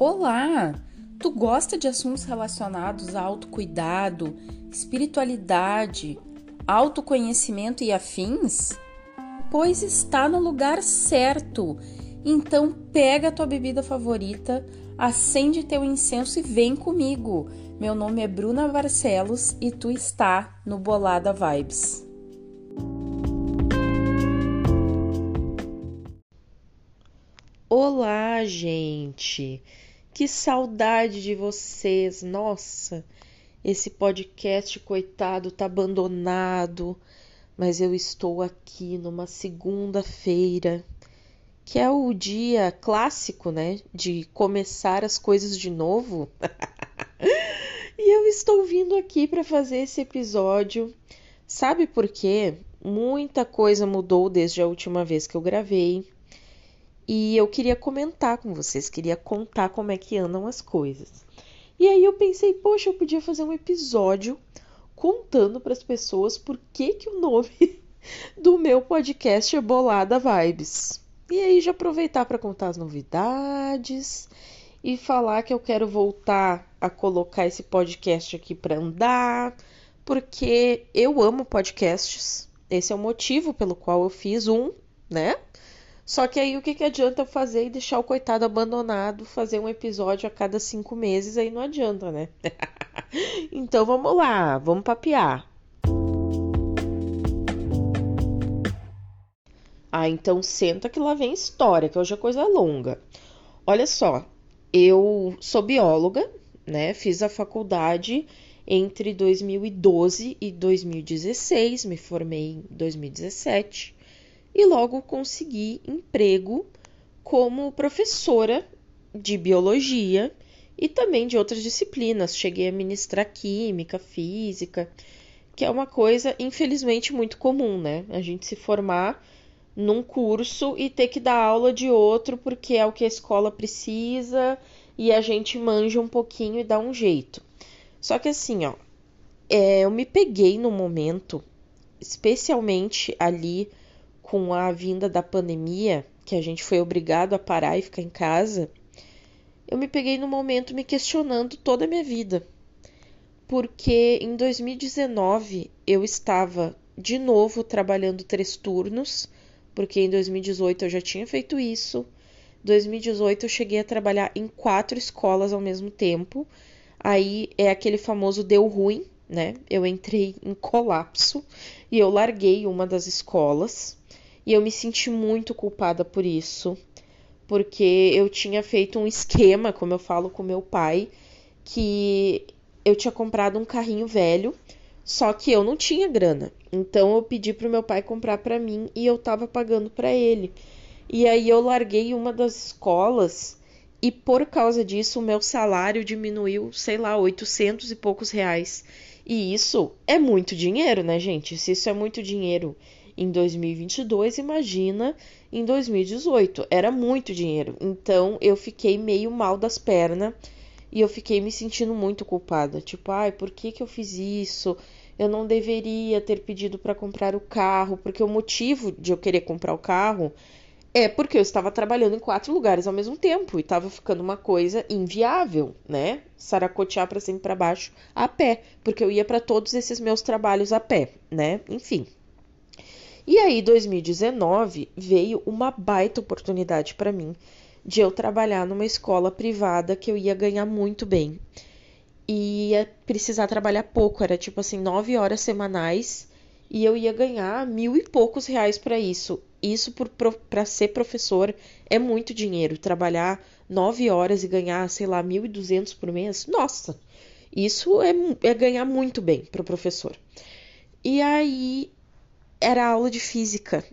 Olá! Tu gosta de assuntos relacionados a autocuidado, espiritualidade, autoconhecimento e afins? Pois está no lugar certo! Então pega a tua bebida favorita, acende teu incenso e vem comigo! Meu nome é Bruna Barcelos e tu está no Bolada Vibes. Olá, gente! Que saudade de vocês! Nossa, esse podcast, coitado, tá abandonado, mas eu estou aqui numa segunda-feira, que é o dia clássico, né, de começar as coisas de novo. E eu estou vindo aqui para fazer esse episódio. Sabe por quê? Muita coisa mudou desde a última vez que eu gravei. E eu queria comentar com vocês, queria contar como é que andam as coisas. E aí eu pensei, poxa, eu podia fazer um episódio contando para as pessoas por que o nome do meu podcast é Bolada Vibes. E aí já aproveitar para contar as novidades e falar que eu quero voltar a colocar esse podcast aqui para andar, porque eu amo podcasts. Esse é o motivo pelo qual eu fiz um, né? Só que aí o que adianta eu fazer e deixar o coitado abandonado, fazer um episódio a cada 5 meses, aí não adianta, né? Então vamos lá, vamos papear. Então senta que lá vem história, que hoje é coisa longa. Olha só, eu sou bióloga, né? Fiz a faculdade entre 2012 e 2016, me formei em 2017. E logo consegui emprego como professora de biologia e também de outras disciplinas. Cheguei a ministrar química, física, que é uma coisa, infelizmente, muito comum, né? A gente se formar num curso e ter que dar aula de outro porque é o que a escola precisa e a gente manja um pouquinho e dá um jeito. Só que assim, eu me peguei no momento, especialmente ali com a vinda da pandemia, que a gente foi obrigado a parar e ficar em casa, eu me peguei no momento me questionando toda a minha vida. Porque em 2019 eu estava de novo trabalhando 3 turnos, porque em 2018 eu já tinha feito isso. Em 2018 eu cheguei a trabalhar em 4 escolas ao mesmo tempo. Aí é aquele famoso deu ruim, né? Eu entrei em colapso e eu larguei uma das escolas. E eu me senti muito culpada por isso, porque eu tinha feito um esquema, como eu falo com meu pai, que eu tinha comprado um carrinho velho, só que eu não tinha grana. Então eu pedi pro meu pai comprar para mim e eu tava pagando para ele. E aí eu larguei uma das escolas e por causa disso o meu salário diminuiu, sei lá, 800 e poucos reais. E isso é muito dinheiro, né, gente? Se isso é muito dinheiro em 2022, imagina em 2018. Era muito dinheiro. Então eu fiquei meio mal das pernas e eu fiquei me sentindo muito culpada. Tipo, por que eu fiz isso? Eu não deveria ter pedido para comprar o carro, porque o motivo de eu querer comprar o carro é porque eu estava trabalhando em 4 lugares ao mesmo tempo e estava ficando uma coisa inviável, né? Saracotear para cima e para baixo a pé, porque eu ia para todos esses meus trabalhos a pé, né? Enfim. E aí, 2019, veio uma baita oportunidade para mim de eu trabalhar numa escola privada que eu ia ganhar muito bem. E ia precisar trabalhar pouco, era tipo assim, 9 horas semanais, e eu ia ganhar 1.000 e poucos reais para isso. Isso para ser professor é muito dinheiro. Trabalhar 9 horas e ganhar, sei lá, 1.200 por mês, nossa, isso é ganhar muito bem para o professor. E aí era aula de física.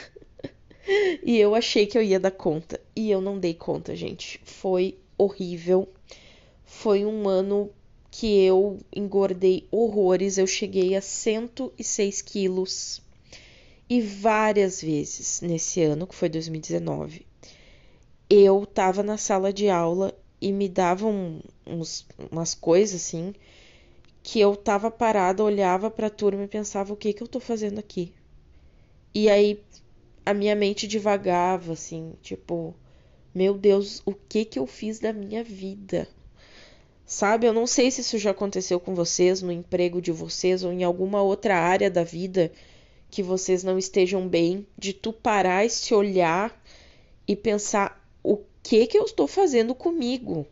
E eu achei que eu ia dar conta. E eu não dei conta, gente. Foi horrível. Foi um ano que eu engordei horrores. Eu cheguei a 106 quilos. E várias vezes nesse ano, que foi 2019, eu tava na sala de aula e me davam umas coisas assim, que eu tava parada, olhava pra turma e pensava, o que eu tô fazendo aqui? E aí a minha mente divagava, assim, tipo, Meu Deus, o que que eu fiz da minha vida? Sabe, eu não sei se isso já aconteceu com vocês, no emprego de vocês ou em alguma outra área da vida que vocês não estejam bem, de tu parar e se olhar e pensar o que que eu estou fazendo comigo?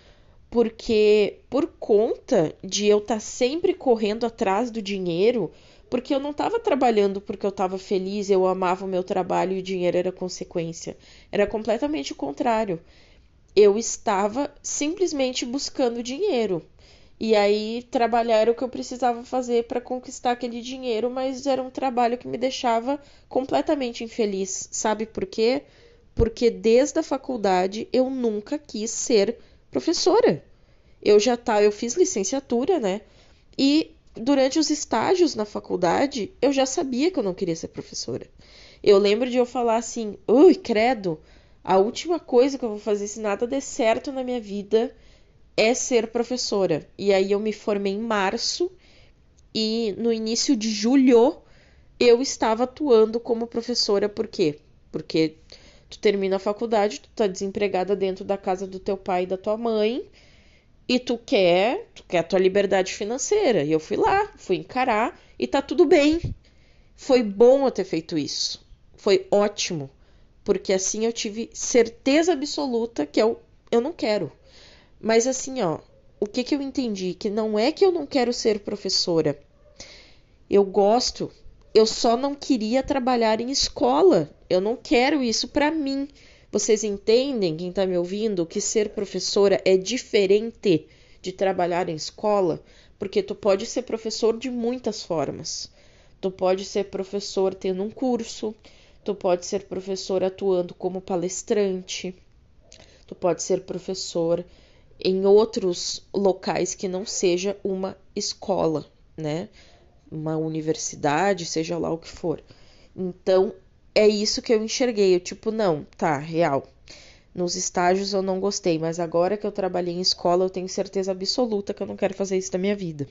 Porque por conta de eu estar sempre correndo atrás do dinheiro, porque eu não estava trabalhando porque eu estava feliz, eu amava o meu trabalho e o dinheiro era consequência. Era completamente o contrário. Eu estava simplesmente buscando dinheiro. E aí, trabalhar era o que eu precisava fazer para conquistar aquele dinheiro, mas era um trabalho que me deixava completamente infeliz. Sabe por quê? Porque desde a faculdade eu nunca quis ser professora. Eu fiz licenciatura, né? E durante os estágios na faculdade, eu já sabia que eu não queria ser professora. Eu lembro de eu falar assim: ui, credo, a última coisa que eu vou fazer se nada der certo na minha vida é ser professora. E aí eu me formei em março e no início de julho eu estava atuando como professora. Por quê? Porque tu termina a faculdade, tu tá desempregada dentro da casa do teu pai e da tua mãe e tu quer a tua liberdade financeira. E eu fui lá, fui encarar e tá tudo bem. Foi bom eu ter feito isso. Foi ótimo, porque assim eu tive certeza absoluta que eu não quero. Mas assim, ó, o que eu entendi? Que não é que eu não quero ser professora. Eu gosto, eu só não queria trabalhar em escola. Eu não quero isso pra mim. Vocês entendem, quem tá me ouvindo, que ser professora é diferente de trabalhar em escola? Porque tu pode ser professor de muitas formas. Tu pode ser professor tendo um curso, tu pode ser professor atuando como palestrante, tu pode ser professor em outros locais que não seja uma escola, né? Uma universidade, seja lá o que for. Então, é isso que eu enxerguei. Eu, tipo, não, tá, real. Nos estágios eu não gostei, mas agora que eu trabalhei em escola, eu tenho certeza absoluta que eu não quero fazer isso da minha vida.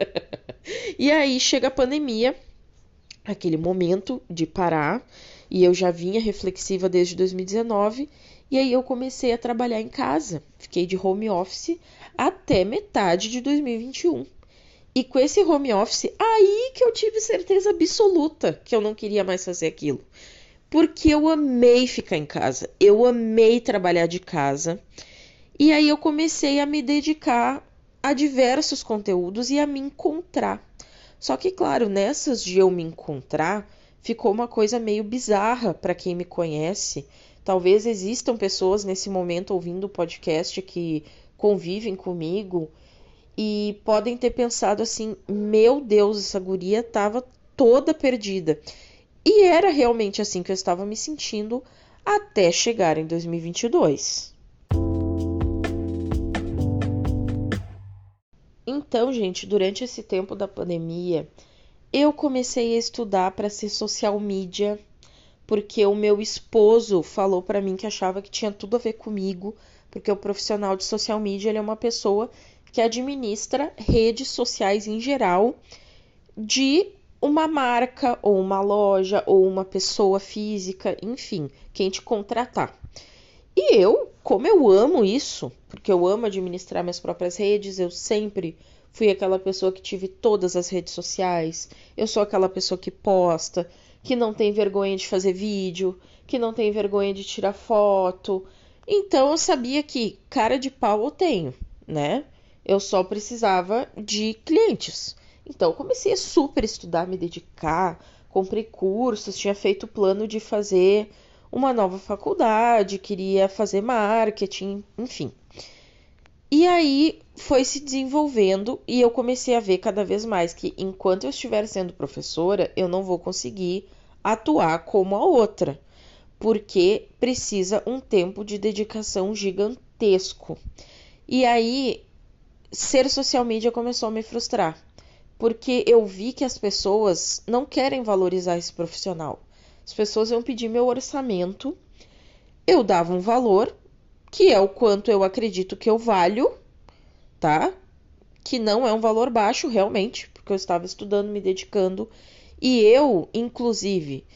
E aí chega a pandemia, aquele momento de parar, e eu já vinha reflexiva desde 2019, e aí eu comecei a trabalhar em casa. Fiquei de home office até metade de 2021. E com esse home office, aí que eu tive certeza absoluta que eu não queria mais fazer aquilo. Porque eu amei ficar em casa, eu amei trabalhar de casa. E aí eu comecei a me dedicar a diversos conteúdos e a me encontrar. Só que, claro, nessas de eu me encontrar, ficou uma coisa meio bizarra para quem me conhece. Talvez existam pessoas nesse momento ouvindo o podcast que convivem comigo e podem ter pensado assim: meu Deus, essa guria estava toda perdida. E era realmente assim que eu estava me sentindo até chegar em 2022. Então, gente, durante esse tempo da pandemia, eu comecei a estudar para ser social media, porque o meu esposo falou para mim que achava que tinha tudo a ver comigo, porque o profissional de social media ele é uma pessoa que administra redes sociais em geral de uma marca ou uma loja ou uma pessoa física, enfim, quem te contratar. E eu, como eu amo isso, porque eu amo administrar minhas próprias redes, eu sempre fui aquela pessoa que tive todas as redes sociais, eu sou aquela pessoa que posta, que não tem vergonha de fazer vídeo, que não tem vergonha de tirar foto. Então eu sabia que cara de pau eu tenho, né? Eu só precisava de clientes. Então eu comecei a super estudar, me dedicar, comprei cursos, tinha feito plano de fazer uma nova faculdade, queria fazer marketing, enfim. E aí foi se desenvolvendo e eu comecei a ver cada vez mais que enquanto eu estiver sendo professora, eu não vou conseguir atuar como a outra, porque precisa um tempo de dedicação gigantesco. E aí ser social media começou a me frustrar, porque eu vi que as pessoas não querem valorizar esse profissional. As pessoas iam pedir meu orçamento, eu dava um valor, que é o quanto eu acredito que eu valho, tá? Que não é um valor baixo, realmente, porque eu estava estudando, me dedicando. E eu, inclusive,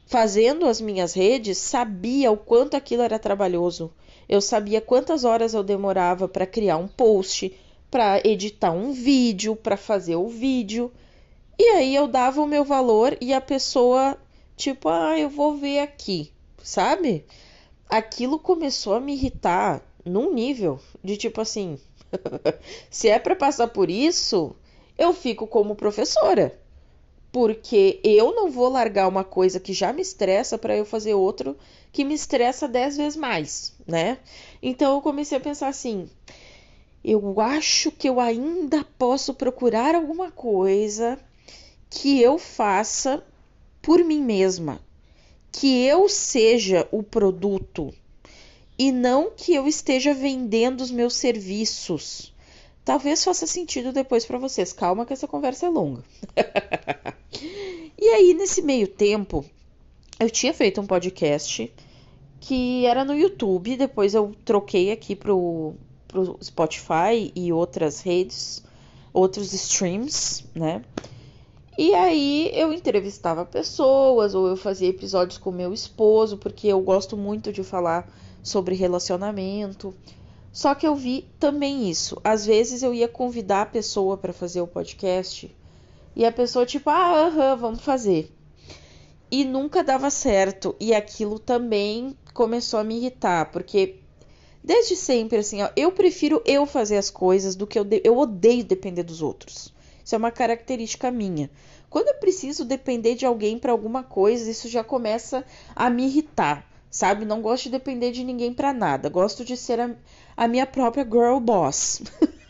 fazendo as minhas redes, sabia o quanto aquilo era trabalhoso. Eu sabia quantas horas eu demorava para criar um post, para editar um vídeo, para fazer o vídeo. E aí eu dava o meu valor e a pessoa, tipo, eu vou ver aqui, sabe? Aquilo começou a me irritar num nível de tipo assim, se é para passar por isso, eu fico como professora. Porque eu não vou largar uma coisa que já me estressa para eu fazer outro que me estressa 10 vezes mais, né? Então eu comecei a pensar assim, eu acho que eu ainda posso procurar alguma coisa que eu faça por mim mesma, que eu seja o produto e não que eu esteja vendendo os meus serviços. Talvez faça sentido depois para vocês. Calma que essa conversa é longa. E aí, nesse meio tempo, eu tinha feito um podcast que era no YouTube. Depois eu troquei aqui pro Spotify e outras redes, outros streams, né? E aí eu entrevistava pessoas ou eu fazia episódios com meu esposo, porque eu gosto muito de falar sobre relacionamento. Só que eu vi também isso. Às vezes eu ia convidar a pessoa para fazer o podcast e a pessoa tipo, vamos fazer. E nunca dava certo. E aquilo também começou a me irritar, porque desde sempre, assim, eu prefiro eu fazer as coisas do que eu odeio depender dos outros. Isso é uma característica minha. Quando eu preciso depender de alguém para alguma coisa, isso já começa a me irritar, sabe? Não gosto de depender de ninguém para nada. Gosto de ser a minha própria girl boss.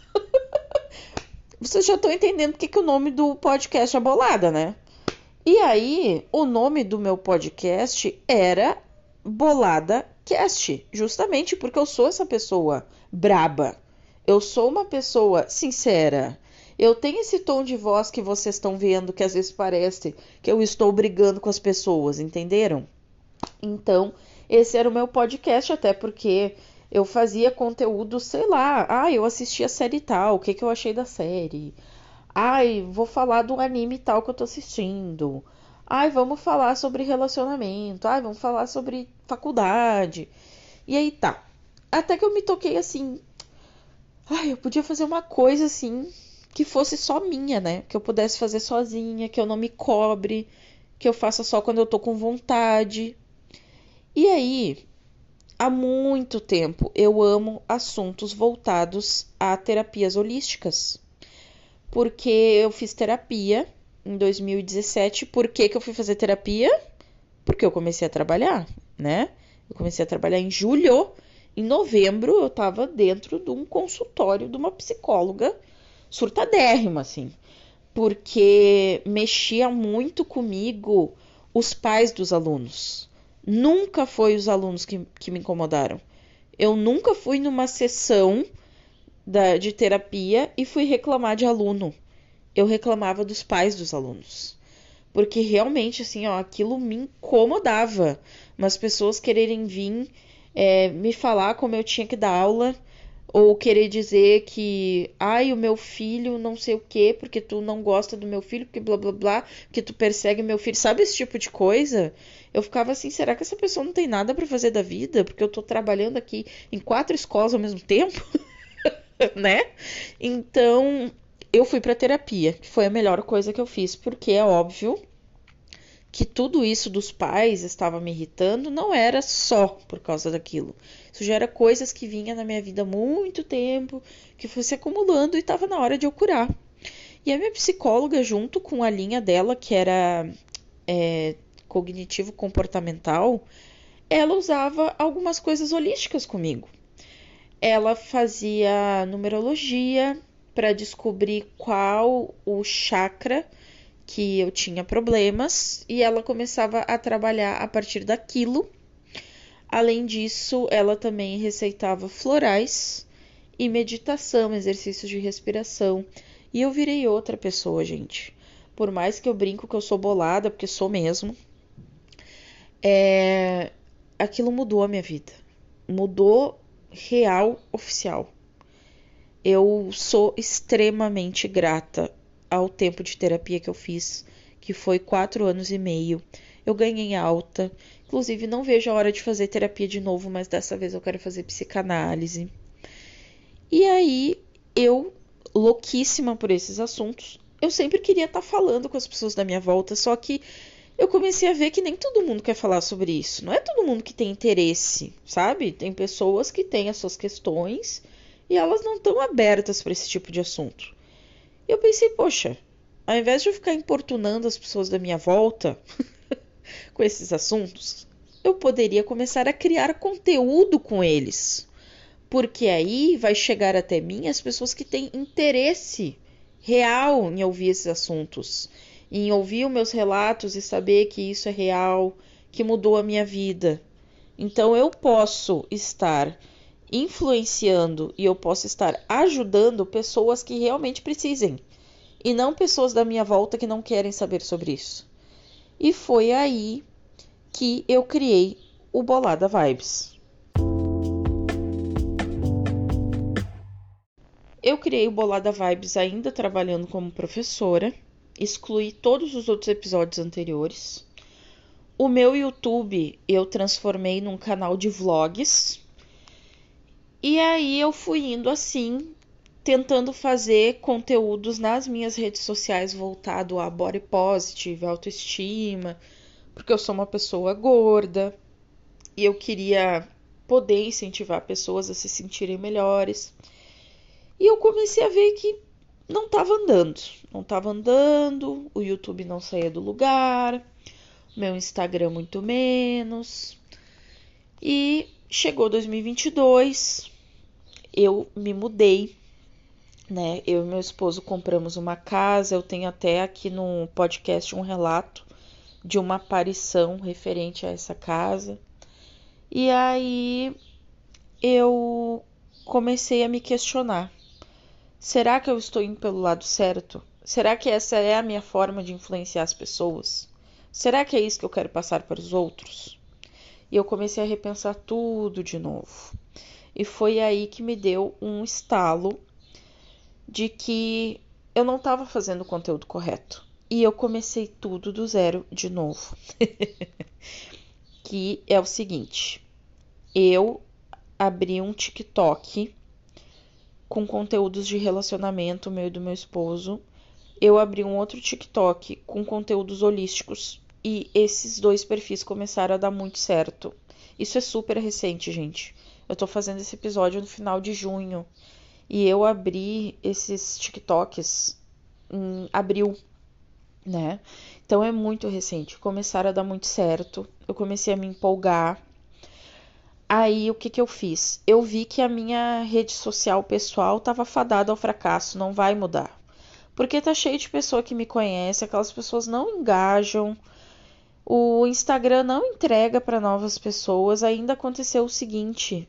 Vocês já estão entendendo porque que o nome do podcast é Bolada, né? E aí, o nome do meu podcast era Bolada Cast, justamente porque eu sou essa pessoa braba. Eu sou uma pessoa sincera. Eu tenho esse tom de voz que vocês estão vendo, que às vezes parece que eu estou brigando com as pessoas, entenderam? Então, esse era o meu podcast, até porque eu fazia conteúdo, sei lá, eu assisti a série tal, o que eu achei da série? Vou falar do anime tal que eu tô assistindo. Vamos falar sobre relacionamento. Vamos falar sobre faculdade. E aí tá. Até que eu me toquei assim, eu podia fazer uma coisa assim que fosse só minha, né? Que eu pudesse fazer sozinha, que eu não me cobre, que eu faça só quando eu tô com vontade. E aí, há muito tempo eu amo assuntos voltados a terapias holísticas. Porque eu fiz terapia em 2017. Por que eu fui fazer terapia? Porque eu comecei a trabalhar, né? Eu comecei a trabalhar em julho. Em novembro eu estava dentro de um consultório de uma psicóloga surtadérrima, assim. Porque mexia muito comigo os pais dos alunos. Nunca foi os alunos que me incomodaram. Eu nunca fui numa sessão de terapia e fui reclamar de aluno. Eu reclamava dos pais dos alunos. Porque realmente, assim, aquilo me incomodava. Umas pessoas quererem vir me falar como eu tinha que dar aula, ou querer dizer que, o meu filho não sei o quê, porque tu não gosta do meu filho, porque blá blá blá, porque tu persegue meu filho. Sabe esse tipo de coisa? Eu ficava assim, será que essa pessoa não tem nada pra fazer da vida? Porque eu tô trabalhando aqui em 4 escolas ao mesmo tempo? Né? Então, eu fui pra terapia, que foi a melhor coisa que eu fiz, porque é óbvio que tudo isso dos pais estava me irritando, não era só por causa daquilo. Isso já era coisas que vinha na minha vida há muito tempo, que foi se acumulando e estava na hora de eu curar. E a minha psicóloga, junto com a linha dela, que era cognitivo-comportamental, ela usava algumas coisas holísticas comigo. Ela fazia numerologia para descobrir qual o chakra que eu tinha problemas e ela começava a trabalhar a partir daquilo. Além disso, ela também receitava florais e meditação, exercícios de respiração. E eu virei outra pessoa, gente. Por mais que eu brinco que eu sou bolada, porque sou mesmo, aquilo mudou a minha vida. Mudou real, oficial. Eu sou extremamente grata ao tempo de terapia que eu fiz, que foi 4 anos e meio. eu ganhei alta. Inclusive, não vejo a hora de fazer terapia de novo, mas dessa vez eu quero fazer psicanálise. E aí, eu, louquíssima por esses assuntos, eu sempre queria estar falando com as pessoas da minha volta, só que eu comecei a ver que nem todo mundo quer falar sobre isso. Não é todo mundo que tem interesse, sabe? Tem pessoas que têm as suas questões e elas não estão abertas para esse tipo de assunto. E eu pensei, poxa, ao invés de eu ficar importunando as pessoas da minha volta com esses assuntos, eu poderia começar a criar conteúdo com eles. Porque aí vai chegar até mim as pessoas que têm interesse real em ouvir esses assuntos, em ouvir os meus relatos e saber que isso é real, que mudou a minha vida. Então eu posso estar influenciando e eu posso estar ajudando pessoas que realmente precisem, e não pessoas da minha volta que não querem saber sobre isso. E foi aí que eu criei o Bolada Vibes. Eu criei o Bolada Vibes ainda trabalhando como professora, excluí todos os outros episódios anteriores. O meu YouTube eu transformei num canal de vlogs. E aí eu fui indo assim, tentando fazer conteúdos nas minhas redes sociais voltado a body positive, autoestima, porque eu sou uma pessoa gorda e eu queria poder incentivar pessoas a se sentirem melhores. E eu comecei a ver que não estava andando, o YouTube não saía do lugar, meu Instagram muito menos. E chegou 2022, eu me mudei, né? Eu e meu esposo compramos uma casa, eu tenho até aqui no podcast um relato de uma aparição referente a essa casa. E aí eu comecei a me questionar. Será que eu estou indo pelo lado certo? Será que essa é a minha forma de influenciar as pessoas? Será que é isso que eu quero passar para os outros? E eu comecei a repensar tudo de novo. E foi aí que me deu um estalo de que eu não estava fazendo o conteúdo correto. E eu comecei tudo do zero de novo. Que é o seguinte. Eu abri um TikTok com conteúdos de relacionamento meu e do meu esposo. Eu abri um outro TikTok com conteúdos holísticos e esses dois perfis começaram a dar muito certo. Isso é super recente, gente. Eu tô fazendo esse episódio no final de junho e eu abri esses TikToks em abril, né? Então é muito recente. Começaram a dar muito certo. Eu comecei a me empolgar. Aí, o que eu fiz? Eu vi que a minha rede social pessoal estava fadada ao fracasso, não vai mudar. Porque tá cheio de pessoa que me conhece, aquelas pessoas não engajam, o Instagram não entrega para novas pessoas. Ainda aconteceu o seguinte,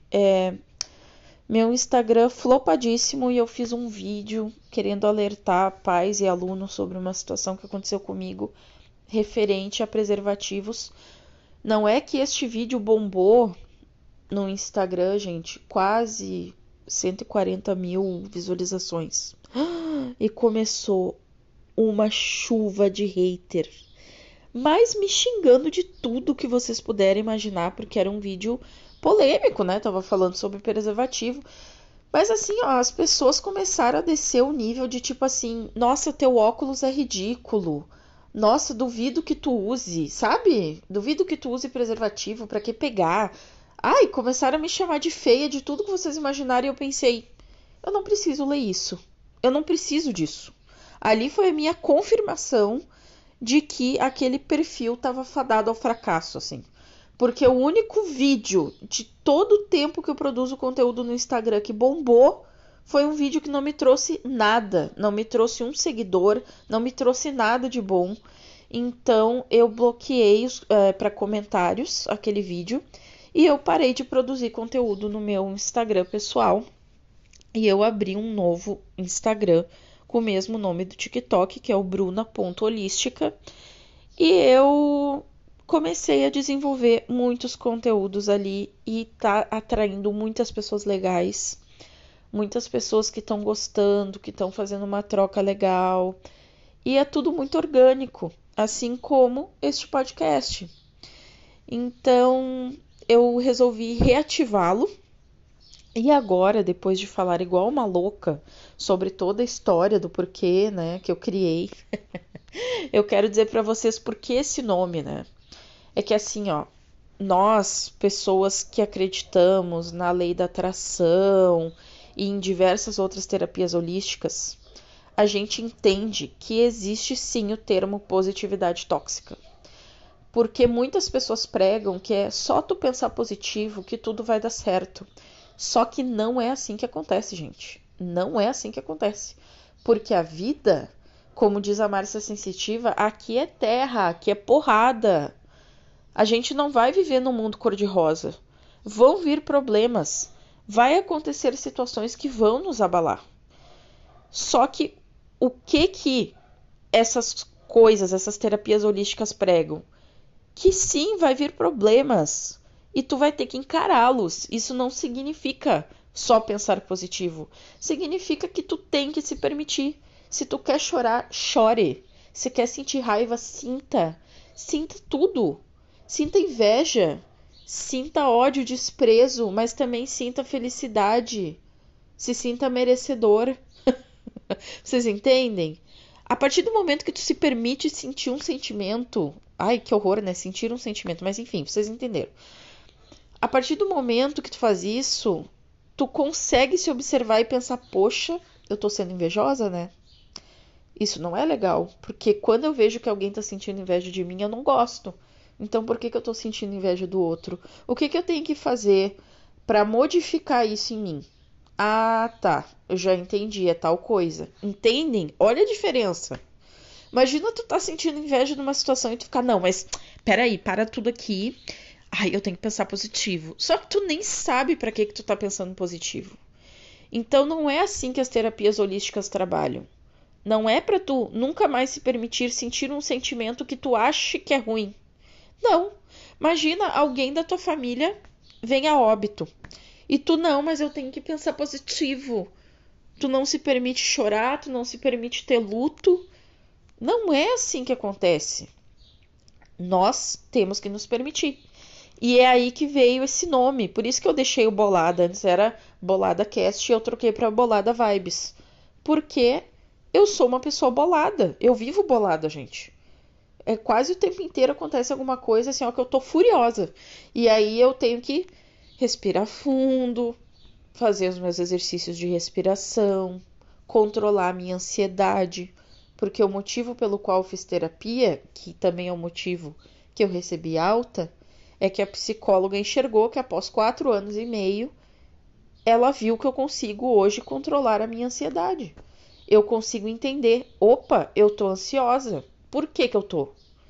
meu Instagram flopadíssimo e eu fiz um vídeo querendo alertar pais e alunos sobre uma situação que aconteceu comigo referente a preservativos. Não é que este vídeo bombou no Instagram, gente, quase 140 mil visualizações. E começou uma chuva de hater. Mas me xingando de tudo que vocês puderem imaginar, porque era um vídeo polêmico, né? Tava falando sobre preservativo. Mas assim, ó, as pessoas começaram a descer o nível de tipo assim, nossa, teu óculos é ridículo. Nossa, duvido que tu use, sabe? Duvido que tu use preservativo, pra que pegar? Ai, começaram a me chamar de feia, de tudo que vocês imaginarem, e eu pensei, eu não preciso ler isso. Eu não preciso disso. Ali foi a minha confirmação de que aquele perfil estava fadado ao fracasso, assim. Porque o único vídeo de todo o tempo que eu produzo conteúdo no Instagram que bombou foi um vídeo que não me trouxe nada, não me trouxe um seguidor, não me trouxe nada de bom. Então eu bloqueei para comentários aquele vídeo. E eu parei de produzir conteúdo no meu Instagram pessoal. E eu abri um novo Instagram com o mesmo nome do TikTok, que é o bruna.holística. E eu comecei a desenvolver muitos conteúdos ali e tá atraindo muitas pessoas legais. Muitas pessoas que estão gostando, que estão fazendo uma troca legal. E é tudo muito orgânico. assim como este podcast. Então, eu resolvi reativá-lo. E agora, depois de falar igual uma louca sobre toda a história do porquê, né, que eu criei, eu quero dizer para vocês por que esse nome, né? É que assim, ó, nós, pessoas que acreditamos na lei da atração e em diversas outras terapias holísticas, a gente entende que existe sim o termo positividade tóxica. Porque muitas pessoas pregam que é só tu pensar positivo que tudo vai dar certo. Só que não é assim que acontece, gente. Não é assim que acontece. Porque a vida, como diz a Márcia Sensitiva, aqui é terra, aqui é porrada. A gente não vai viver num mundo cor-de-rosa. Vão vir problemas. Vai acontecer situações que vão nos abalar. Só que o que essas coisas, essas terapias holísticas pregam? Que sim, vai vir problemas e tu vai ter que encará-los. Isso não significa só pensar positivo. Significa que tu tem que se permitir. Se tu quer chorar, chore. Se quer sentir raiva, sinta. Sinta tudo. Sinta inveja. Sinta ódio, desprezo, mas também sinta felicidade. Se sinta merecedor. Vocês entendem? A partir do momento que tu se permite sentir um sentimento... Ai, que horror, né? Sentir um sentimento. Mas enfim, vocês entenderam. A partir do momento que tu faz isso, tu consegue se observar e pensar, poxa, eu tô sendo invejosa, né? Isso não é legal. Porque quando eu vejo que alguém tá sentindo inveja de mim, eu não gosto. Então por que eu tô sentindo inveja do outro? O que eu tenho que fazer pra modificar isso em mim? Ah, tá. Eu já entendi, é tal coisa. Entendem? Olha a diferença. Imagina tu tá sentindo inveja numa situação e tu ficar, não, mas peraí, para tudo aqui. Ai, eu tenho que pensar positivo. Só que tu nem sabe pra que tu tá pensando positivo. Então não é assim que as terapias holísticas trabalham. Não é pra tu nunca mais se permitir sentir um sentimento que tu ache que é ruim. Não. Imagina alguém da tua família vem a óbito. E tu não, mas eu tenho que pensar positivo. Tu não se permite chorar, tu não se permite ter luto. Não é assim que acontece. Nós temos que nos permitir. E é aí que veio esse nome. Por isso que eu deixei o Bolada. Antes era Bolada Cast e eu troquei para Bolada Vibes. Porque eu sou uma pessoa bolada. Eu vivo bolada, gente. É quase o tempo inteiro acontece alguma coisa assim, ó, que eu tô furiosa. E aí eu tenho que respirar fundo, fazer os meus exercícios de respiração, controlar a minha ansiedade. Porque o motivo pelo qual eu fiz terapia, que também é o motivo que eu recebi alta, é que a psicóloga enxergou que após 4 anos e meio, ela viu que eu consigo hoje controlar a minha ansiedade. Eu consigo entender, opa, eu tô ansiosa. Por que eu tô?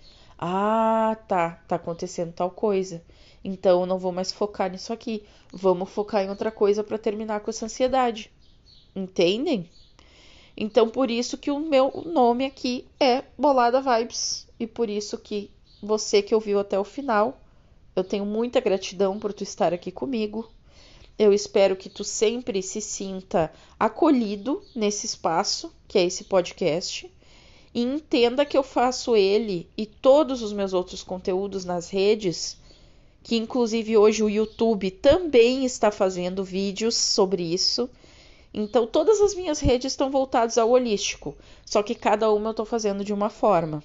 Ah, tá acontecendo tal coisa. Então eu não vou mais focar nisso aqui. Vamos focar em outra coisa para terminar com essa ansiedade. Entendem? Então, por isso que o meu nome aqui é Bolada Vibes. E por isso que você que ouviu até o final, eu tenho muita gratidão por tu estar aqui comigo. Eu espero que tu sempre se sinta acolhido nesse espaço, que é esse podcast. E entenda que eu faço ele e todos os meus outros conteúdos nas redes, que inclusive hoje o YouTube também está fazendo vídeos sobre isso. Então, todas as minhas redes estão voltadas ao holístico, só que cada uma eu estou fazendo de uma forma.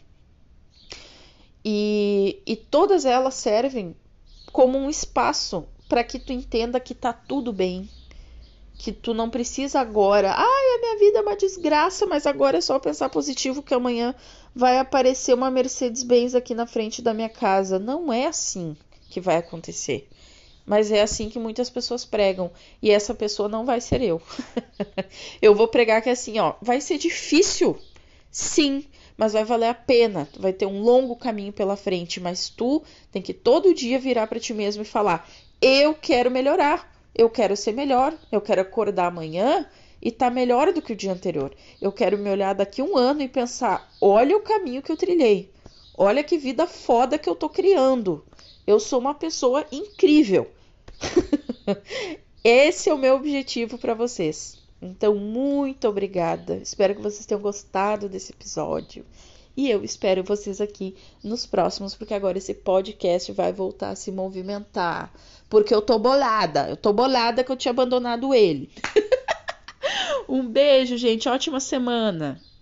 E todas elas servem como um espaço para que tu entenda que tá tudo bem, que tu não precisa agora, ai, a minha vida é uma desgraça, mas agora é só pensar positivo que amanhã vai aparecer uma Mercedes-Benz aqui na frente da minha casa. Não é assim que vai acontecer. Mas é assim que muitas pessoas pregam. E essa pessoa não vai ser eu. Eu vou pregar que é assim, ó. Vai ser difícil? Sim. Mas vai valer a pena. Tu vai ter um longo caminho pela frente. Mas tu tem que todo dia virar para ti mesmo e falar: eu quero melhorar. Eu quero ser melhor. Eu quero acordar amanhã e tá melhor do que o dia anterior. Eu quero me olhar daqui 1 ano e pensar: olha o caminho que eu trilhei. Olha que vida foda que eu tô criando. Eu sou uma pessoa incrível. Esse é o meu objetivo para vocês. Então, muito obrigada. Espero que vocês tenham gostado desse episódio. E eu espero vocês aqui nos próximos, porque agora esse podcast vai voltar a se movimentar. Porque eu tô bolada que eu tinha abandonado ele. Um beijo, gente, ótima semana!